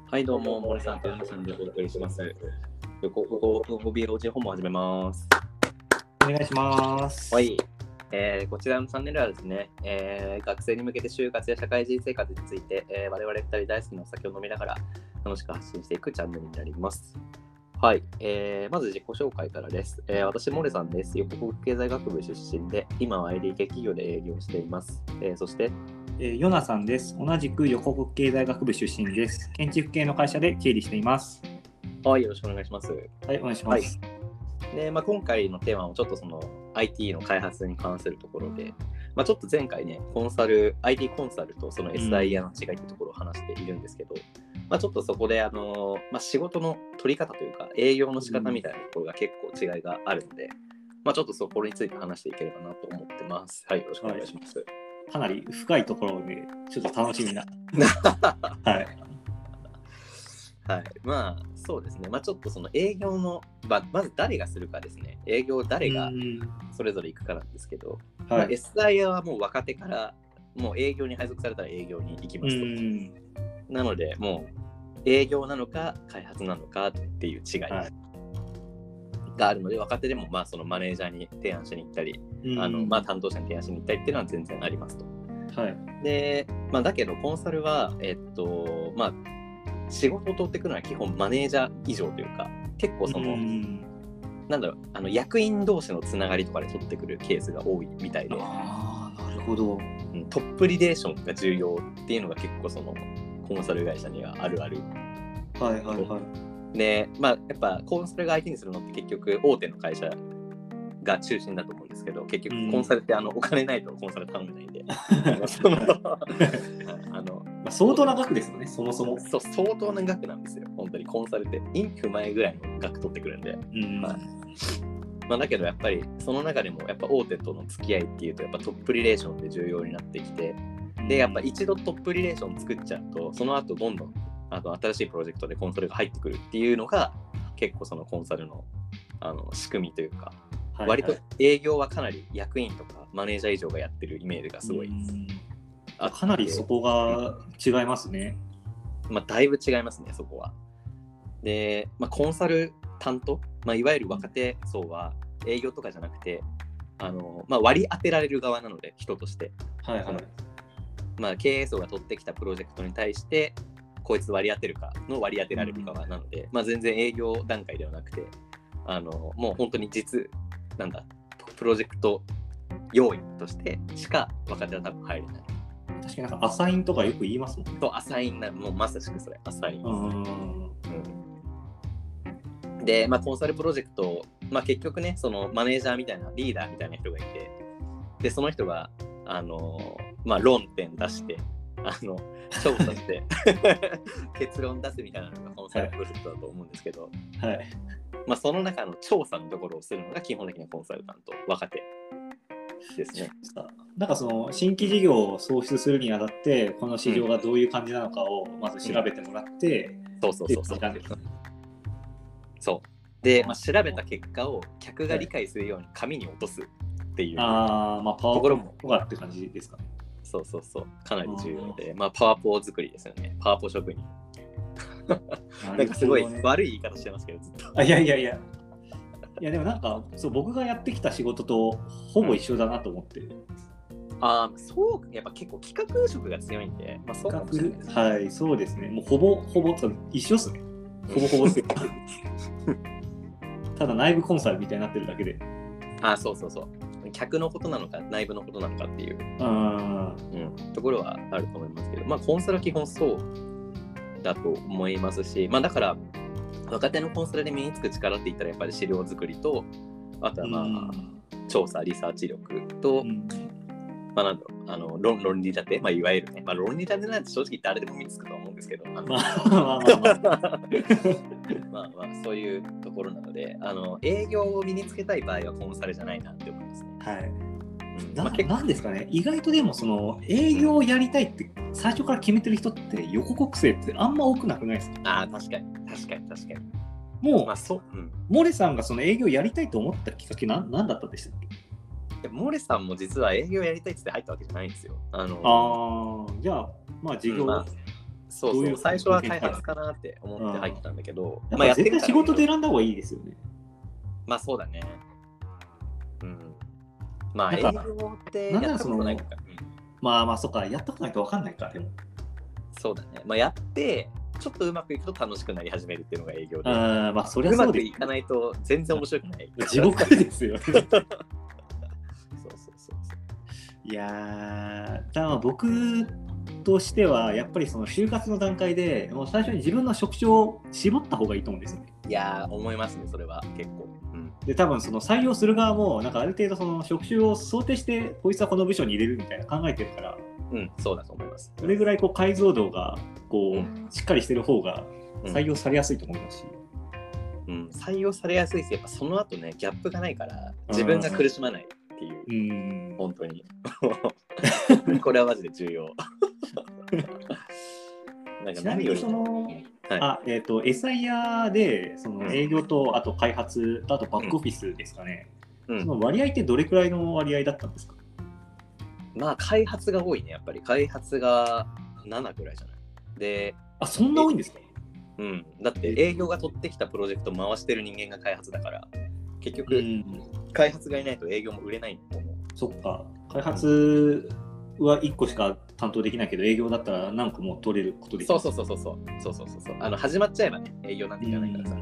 はい、どうも、森さんと山さんでお送りします。横語 BOG 本も始めます。 お願いします。 はい。こちらのチャンネルはですね、学生に向けて就活や社会人生活について、我々2人大好きなお酒を飲みながら楽しく発信していくチャンネルになります。はい。まず自己紹介からです。私、森さんです。横国経済学部出身で、今は ID 系企業で営業しています。そして、 ヨナさんです。同じく横国経済学部出身です。建築系の会社で経理しています。 はい、よろしくお願いします。 はい、お願いします。 で今回のテーマもちょっとその IT の開発に関するところで、ちょっと前回ね、IT コンサルとその SIR の違いってところを話しているんですけど、ちょっとそこで仕事の取り方というか営業の仕方みたいなところが結構違いがあるので、ちょっとそこについて話していければなと思ってます。はい、よろしくお願いします。 かなり深いところでちょっと楽しみな。はい。 はい、そうですね。ちょっとその営業の、まず誰がするかですね。営業を誰がそれぞれ行くかなんですけど、SIR はもう若手からもう営業に配属されたら営業に行きますと。なので、もう営業なのか開発なのかっていう違いがあるので、若手でもそのマネージャーに提案しに行ったり、担当者に提案しに行ったりっていうのは全然ありますと。 はい。 で、だけどコンサルは、仕事を取ってくるのは基本マネージャー以上というか、結構その、役員同士のつながりとかで取ってくるケースが多いみたいで、 なるほど。 トップリレーションが重要っていうのが結構そのコンサル会社にはあるある。 はいはいはい。 で、やっぱコンサルが相手にするのって結局大手の会社が中心だと思うんですけど、結局コンサルってお金ないとコンサル頼めないんで相当な額ですよね、そもそも。 そう、相当な額なんですよ、本当にコンサルって。インフ前ぐらいの額取ってくるんで。だけどやっぱりその中でもやっぱ大手との付き合いっていうとやっぱトップリレーションって重要になってきて、でやっぱ一度トップリレーション作っちゃうとその後どんどん新しいプロジェクトでコンサルが入ってくるっていうのが結構そのコンサルの仕組みというか、割と営業はかなり役員とかマネージャー以上がやってるイメージがすごいかなりそこが違いますね。 だいぶ違いますね、そこは。で、コンサル担当、いわゆる若手層は営業とかじゃなくて、割り当てられる側なので、人として。経営層が取ってきたプロジェクトに対して、こいつ割り当てるかの割り当てられる側なので、全然営業段階ではなくて、もう本当にプロジェクト要員としてしか若手は多分入れない。 確かにアサインとかよく言いますもんね。 そう、アサインもうまさしくそれ、アサイン。で、コンサルプロジェクト、結局ね、そのマネージャーみたいな、リーダーみたいな人がいて、で、その人が、論点出して、調査して結論出すみたいなのがコンサルプロジェクトだと思うんですけど、その中の調査のところをするのが基本的なコンサルタント、若手ですね。 その新規事業を創出するにあたってこの市場がどういう感じなのかをまず調べてもらって、 そうで、調べた結果を客が理解するように紙に落とすっていう、 パワーポとかって感じですかね。 そうかなり重要で、パワポ作りですよね。パワポ職人すごい悪い言い方してますけど、ずっと。 いやでもそう僕がやってきた仕事とほぼ一緒だなと思って。 そう、やっぱ結構企画職が強いんで、そうかもしれないですね。 はい、そうですね。もうほぼ一緒ですね。ほぼってただ内部コンサルみたいになってるだけで。 そう。客のことなのか内部のことなのかっていう、ところはあると思いますけど、コンサルは基本そうだと思いますし、だから若手のコンサルで身につく力って言ったらやっぱり資料作りと、あとは調査リサーチ力と、論理立て、いわゆるね、論理立てなんて正直誰でも身につくとは思うんですけど、そういうところなので、営業を身につけたい場合はコンサルじゃないなって思いますね。 なんですかね、意外とでもその営業をやりたいって最初から決めてる人って横国生ってあんま多くなくないですか？ 確かに。 もう、モレさんがその営業やりたいと思ったきっかけ何だったでしたっけ？ モレさんも実は営業やりたいって入ったわけじゃないんですよ。 じゃあ事業そうそう、最初は開発かなって思って入ったんだけど、 まあやってるから絶対仕事で選んだ方がいいですよね。 まあそうだね。うん。まあ営業ってやったことないから。 まあまあそうか、やったことないと分かんないか、でも。 そうだね。まあやって、ちょっとうまくいくと楽しくなり始めるっていうのが営業で。 まあそりゃそうです。 うまくいかないと全然面白くない。 地獄ですよね。そうそうそうそう。 いやー、だから僕としてはやっぱりその就活の段階でもう最初に自分の職種を絞った方がいいと思うんですよね。 いやー、思いますね、それは結構。 で多分その採用する側もなんかある程度その職種を想定してこいつはこの部署に入れるみたいな考えてるから、 そうだと思います。 それぐらいこう解像度がこう、しっかりしてる方が採用されやすいと思いますし、 採用されやすいし、やっぱその後ねギャップがないから自分が苦しまないっていう、本当にこれはマジで重要。 なんか何よりそのSIR でその営業とあと開発とあとバックオフィスですかね、その割合ってどれくらいの割合だったんですか？ まあ開発が多いね、やっぱり開発が7ぐらいじゃないで。 そんな多いんですか？ だって営業が取ってきたプロジェクト回してる人間が開発だから結局開発がいないと営業も売れないと思う。 そっか、開発は1個しか担当できないけど営業だったら何個も取れることできる。 そう始まっちゃえばね、営業なんていらないからさ、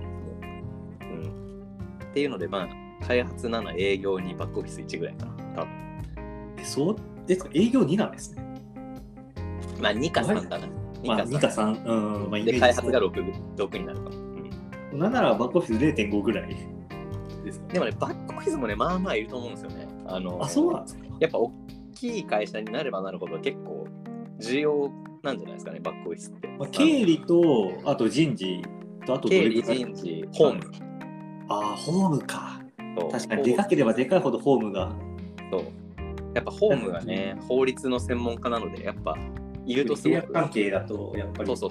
っていうのでまあ開発7、営業2、バックオフィス1ぐらいかな多分。 そうですか、営業2なんですね。 まあ2か3だな。 2か3、 で開発が 6になるかも。 なんならバックオフィス 0.5 ぐらいですか。 でもね、バックオフィスもね、まあまあいると思うんですよね。 そうなんですか。 やっぱ大きい会社になればなるほど結構重要なんじゃないですかね、バックオフィスって。 経理と、あと人事と、あと経理、人事、ホーム。 ホームか。確かにでかければでかいほどホームが。 そう。やっぱホームがね、法律の専門家なので、やっぱいるとすごく。 契約関係だと、やっぱり。 そう。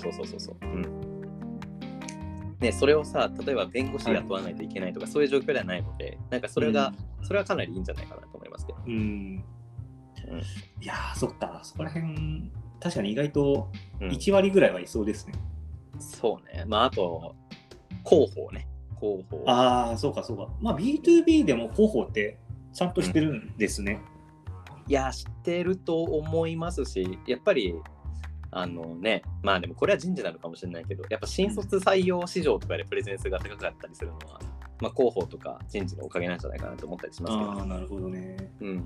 ね、それをさ、例えば弁護士雇わないといけないとか、そういう状況ではないので、なんかそれはかなりいいんじゃないかなと思いますけど。 いやー、そっか、そこら辺、確かに意外と1割ぐらいはいそうですね。 そうね。まあ、あと、広報ね。広報。 そうか。まあ、B2B でも広報ってちゃんとしてるんですね。 いや、知ってると思いますし、やっぱり、まあでもこれは人事なのかもしれないけど、やっぱ新卒採用市場とかでプレゼンスが高かったりするのは、まあ広報とか人事のおかげなんじゃないかなと思ったりしますけど。 なるほどね。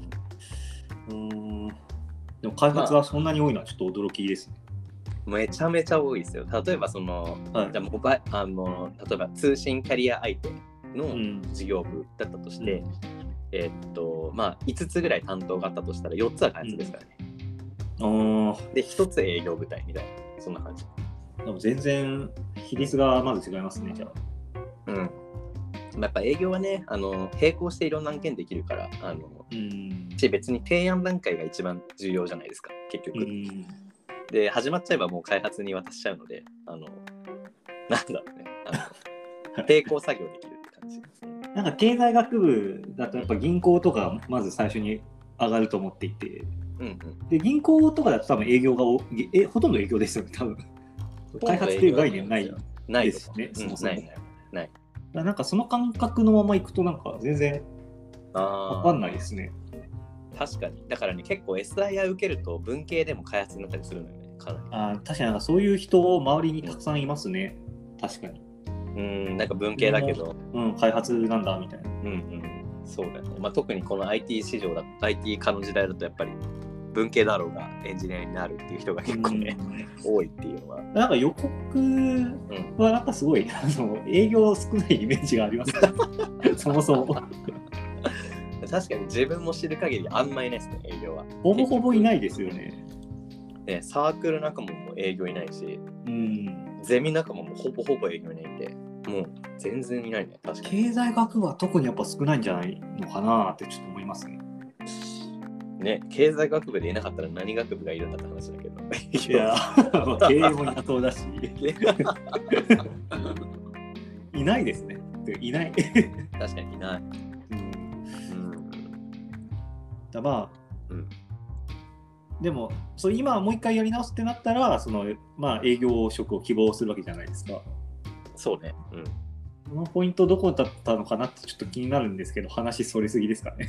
でも開発はそんなに多いのはちょっと驚きですね。 めちゃめちゃ多いですよ。例えばじゃあ例えば通信キャリア相手の事業部だったとして、まあ5つぐらい担当があったとしたら4つは開発ですからね。で1つ営業部隊みたいな、そんな感じ。 でも全然比率がまず違いますね、じゃあ。 やっぱ営業はね、並行していろんな案件できるから、別に提案段階が一番重要じゃないですか、結局。で、始まっちゃえばもう開発に渡しちゃうので、なんだろうね、並行作業できるって感じ。 なんか経済学部だとやっぱ銀行とかまず最初に上がると思っていて、で銀行とかだと多分営業がほとんど営業ですよね、多分。開発っていう概念ないですね、そもそも。ない。なんかその感覚のままいくとなんか全然わかんないですね。 確かに。だからね、結構 SIR 受けると文系でも開発になったりするのよね、かなり。 確かになんかそういう人周りにたくさんいますね、確かに。 なんか文系だけど、 開発なんだみたいな。 そうだね。まあ特にこの IT 市場IT 化の時代だとやっぱり文系だろうがエンジニアになるっていう人が結構ね、多いっていうのは。 なんか予告はなんかすごい、営業少ないイメージがありますそもそも。 確かに自分も知る限りあんまいないですね、営業は。 ほぼほぼいないですよね。 サークル仲間も営業いないし、ゼミ仲間もほぼほぼ営業いないんで、もう全然いないね、確かに。 経済学部は特にやっぱ少ないんじゃないのかなってちょっと思いますね。 ね、経済学部でいなかったら何学部がいるんだって話だけど。 いや、経営もいなそうだし。いないですね。いない。 確かにいない。 でも今もう一回やり直すってなったら営業職を希望するわけじゃないですか。 そうね。 このポイントどこだったのかなってちょっと気になるんですけど、話それすぎですかね。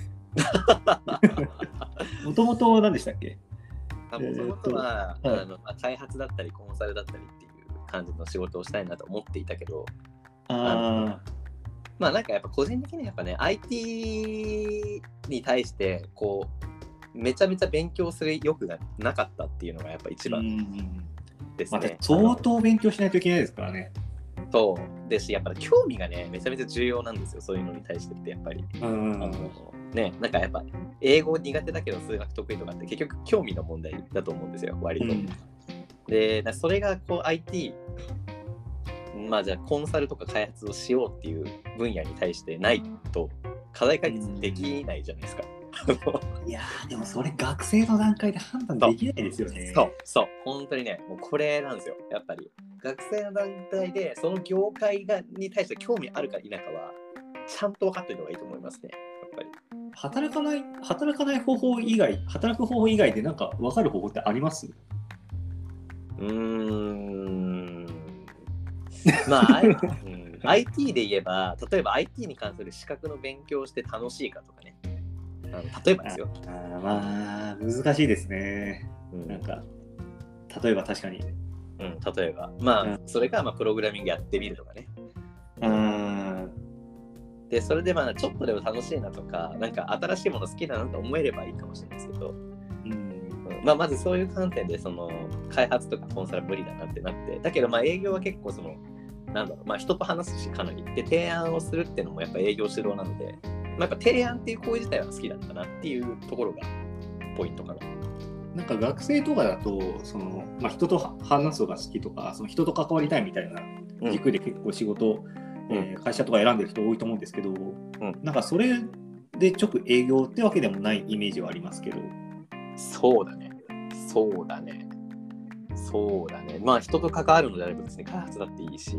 もともと何でしたっけ？ もともとは、開発だったりコンサルだったりっていう感じの仕事をしたいなと思っていたけど、なんかやっぱ個人的にはやっぱね IT に対してこうめちゃめちゃ勉強する欲がなかったっていうのがやっぱ一番ですね。 相当勉強しないといけないですからね。 そうですし、やっぱり興味がねめちゃめちゃ重要なんですよ、そういうのに対してってやっぱり。ね、なんかやっぱ英語苦手だけど数学得意とかって結局興味の問題だと思うんですよ、割と。で、それがこう IT、じゃあコンサルとか開発をしようっていう分野に対してないと課題解決できないじゃないですか。 いやでもそれ学生の段階で判断できないですよね。 そう本当にね、もうこれなんですよ。やっぱり学生の段階でその業界に対して興味あるか否かはちゃんと分かっておいた方がいいと思いますね、やっぱり。 働かない方法以外、働く方法以外でなんか分かる方法ってあります？ IT で言えば、例えば IT に関する資格の勉強をして楽しいかとかね。例えばですよ。 難しいですね。なんか例えば確かに。 例えばそれがプログラミングやってみるとかね。でそれでちょっとでも楽しいなとか、なんか新しいもの好きだなと思えればいいかもしれないですけど、まずそういう観点でその開発とかコンサル無理だなってなって、だけど営業は結構人と話すしかなりで提案をするっていうのもやっぱ営業指導なので、やっぱ提案っていう行為自体は好きだったなっていうところがポイントかな。 なんか学生とかだと人と話すのが好きとか、人と関わりたいみたいな軸で結構仕事、会社とか選んでる人多いと思うんですけど、なんかそれで直営業ってわけでもないイメージはありますけど。 そうだね。人と関わるのであれば別に開発だっていいし、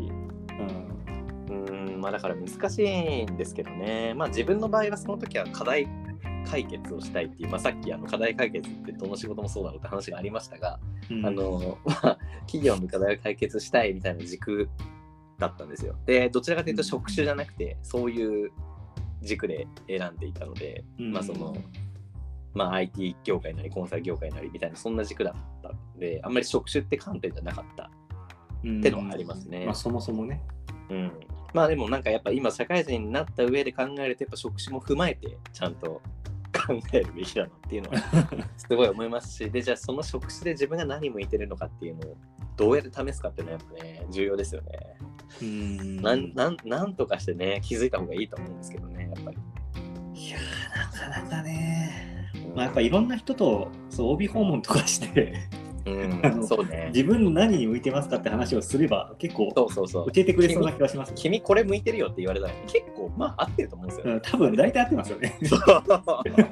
だから難しいんですけどね。自分の場合はその時は課題解決をしたいっていう、さっき課題解決ってどの仕事もそうだろうって話がありましたが、企業の課題を解決したいみたいな軸だったんですよ。でどちらかというと職種じゃなくてそういう軸で選んでいたので、IT 業界なりコンサル業界なりみたいなそんな軸だったので、あんまり職種って観点じゃなかったってのはありますね。 そもそもね。 でもなんかやっぱ今社会人になった上で考えるとやっぱ職種も踏まえてちゃんと考えるべきだなっていうのはすごい思いますし、でじゃあその職種で自分が何向いてるのかっていうのをどうやって試すかっていうのはやっぱね重要ですよね。なんとかしてね気づいた方がいいと思うんですけどね、やっぱり。 いやなかなかね、やっぱいろんな人と帯訪問とかしてそうね、 自分の何に向いてますかって話をすれば結構教えてくれそうな気がします。 君これ向いてるよって言われたら結構合ってると思うんですよね。 多分大体合ってますよね。そう合ってるんだ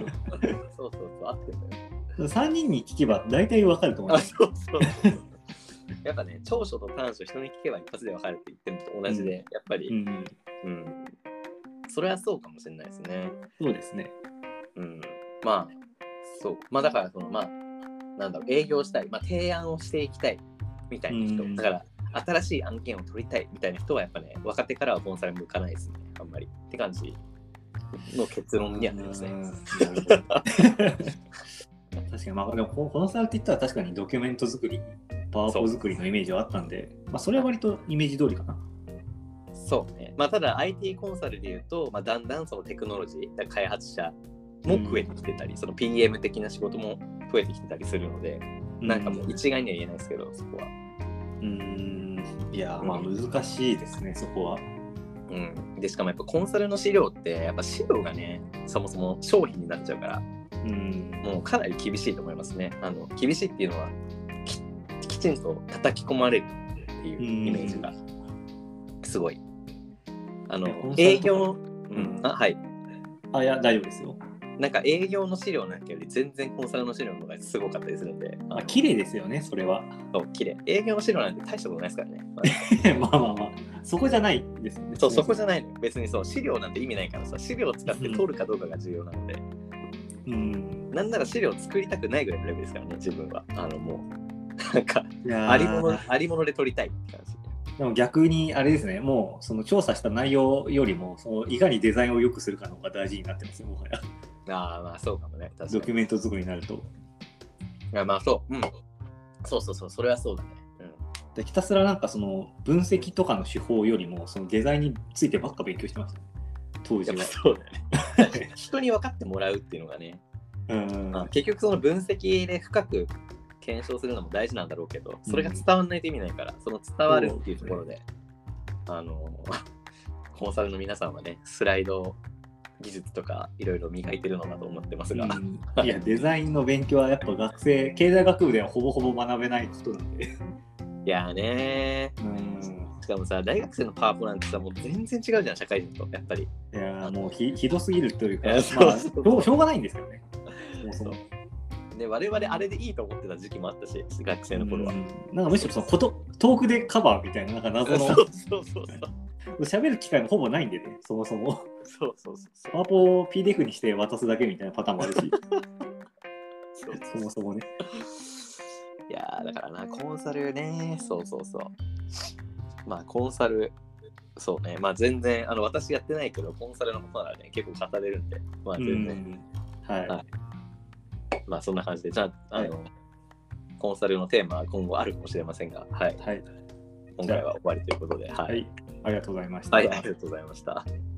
よ。 3人に聞けば大体わかると思います。 やっぱね、長所と短所人に聞けば一発でわかるって言ってるのと同じで、やっぱり、それはそうかもしれないですね。 そうですね。 だから営業したい、提案をしていきたいみたいな人、だから新しい案件を取りたいみたいな人はやっぱね、若手からはコンサル向かないですね、あんまりって感じの結論にはなりますね。 確かに、でもコンサルって言ったら確かにドキュメント作り、パワポ作りのイメージはあったんで、それは割とイメージ通りかな。 そうね。ただ IT コンサルでいうと、だんだんそのテクノロジー、開発者も増えてきてたり、その PM 的な仕事も増えてきてたりするので、なんかもう一概には言えないですけど、そこは。 いや、難しいですね、そこは。 でしかもやっぱコンサルの資料ってやっぱ資料がね、そもそも商品になっちゃうから、もうかなり厳しいと思いますね。厳しいっていうのはきちんと叩き込まれるっていうイメージがすごい。営業はい。 いや大丈夫ですよ。 なんか営業の資料なんかより全然コンサルの資料の方がすごかったりするんで、 綺麗ですよね、それは。 そう綺麗。営業の資料なんて大したことないですからね。 そこじゃないですよね。 そこじゃないのよ。別に資料なんて意味ないからさ、資料を使って取るかどうかが重要なので。 なんなら資料を作りたくないぐらいのレベルですからね、自分は。もう、なんかありもので撮りたいって感じ。 でも逆にあれですね、もうその調査した内容よりも、そのいかにデザインを良くするかの方が大事になってますよ、もはや。 まあそうかもね。確かにドキュメント作りになると。 いや、まあそう。そう、それはそうだね。 でひたすらなんかその分析とかの手法よりも、そのデザインについてばっか勉強してました、ね、当時は。 そうだね。人に分かってもらうっていうのがね、結局その分析で深く検証するのも大事なんだろうけど、それが伝わらないと意味ないから、その伝わるっていうところで、コンサルの皆さんはね、スライド技術とかいろいろ磨いてるのだと思ってますが、 いやデザインの勉強はやっぱ学生、経済学部ではほぼほぼ学べないことなんで。 いやねしかもさ、大学生のパワポなんてさ、もう全然違うじゃん、社会人と、やっぱり。 いやもうひどすぎるというか、まあ、しょうがないんですよね。 で我々あれでいいと思ってた時期もあったし、学生の頃は。 なんかむしろそのトークでカバーみたいな、なんか謎の。 そう。 喋る機会もほぼないんでね、そもそも。 そう。 パワポを PDF にして渡すだけみたいなパターンもあるし。そもそもね。 いやだからな、コンサルね、そう。まあコンサル、そうね、まあ全然、私やってないけど、コンサルのことならね、結構語れるんで、まあ全然。はい。まあそんな感じで、じゃあ、コンサルのテーマは今後あるかもしれませんが、はい。今回は終わりということで、はい。 ありがとうございました。 はい、ありがとうございました。